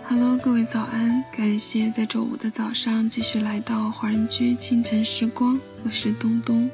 Hello， 各位早安！感谢在周五的早上继续来到华人居清晨时光，我是东东。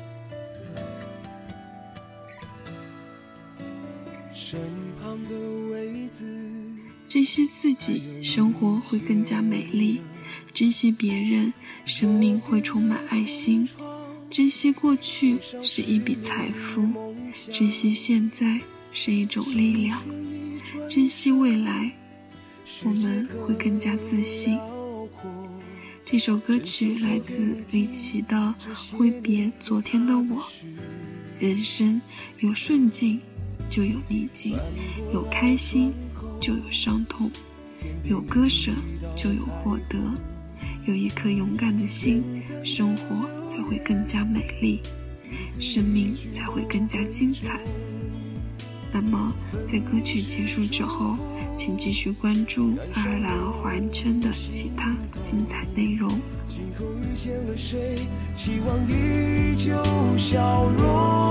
珍惜自己，生活会更加美丽；珍惜别人，生命会充满爱心；珍惜过去是一笔财富，珍惜现在是一种力量；珍惜未来，我们会更加自信。这首歌曲来自李琦的《挥别昨天的我》。人生有顺境就有逆境，有开心就有伤痛，有割舍就有获得，有一颗勇敢的心，生活才会更加美丽，生命才会更加精彩。那么在歌曲结束之后，请继续关注爱尔兰华人圈的其他精彩内容。 今后遇见了谁，希望依旧笑容，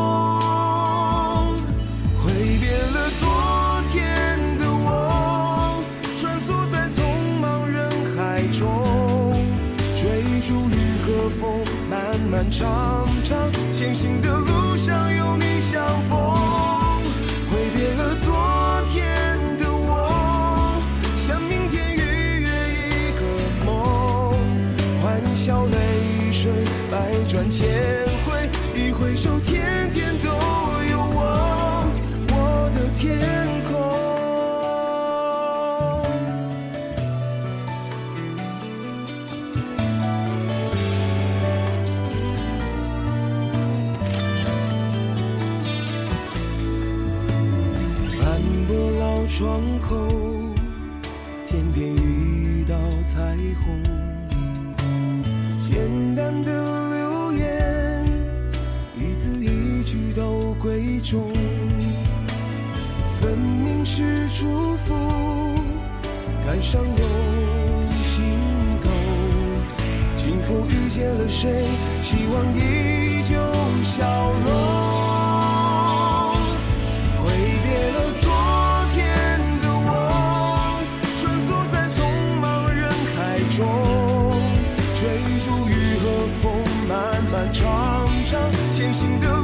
挥别了昨天的我，穿梭在匆忙人海中，追逐雨和风，漫漫长长前行的路上有你相逢。挥别了昨天的我，向明天预约一个梦，欢笑泪水百转千回，一回首天天都有我的天空。窗口天边一道彩虹，简单的留言，一字一句都贵重，分明是祝福，感伤又心痛。今后遇见了谁，希望依旧笑容。追逐雨和风，漫漫长长前行的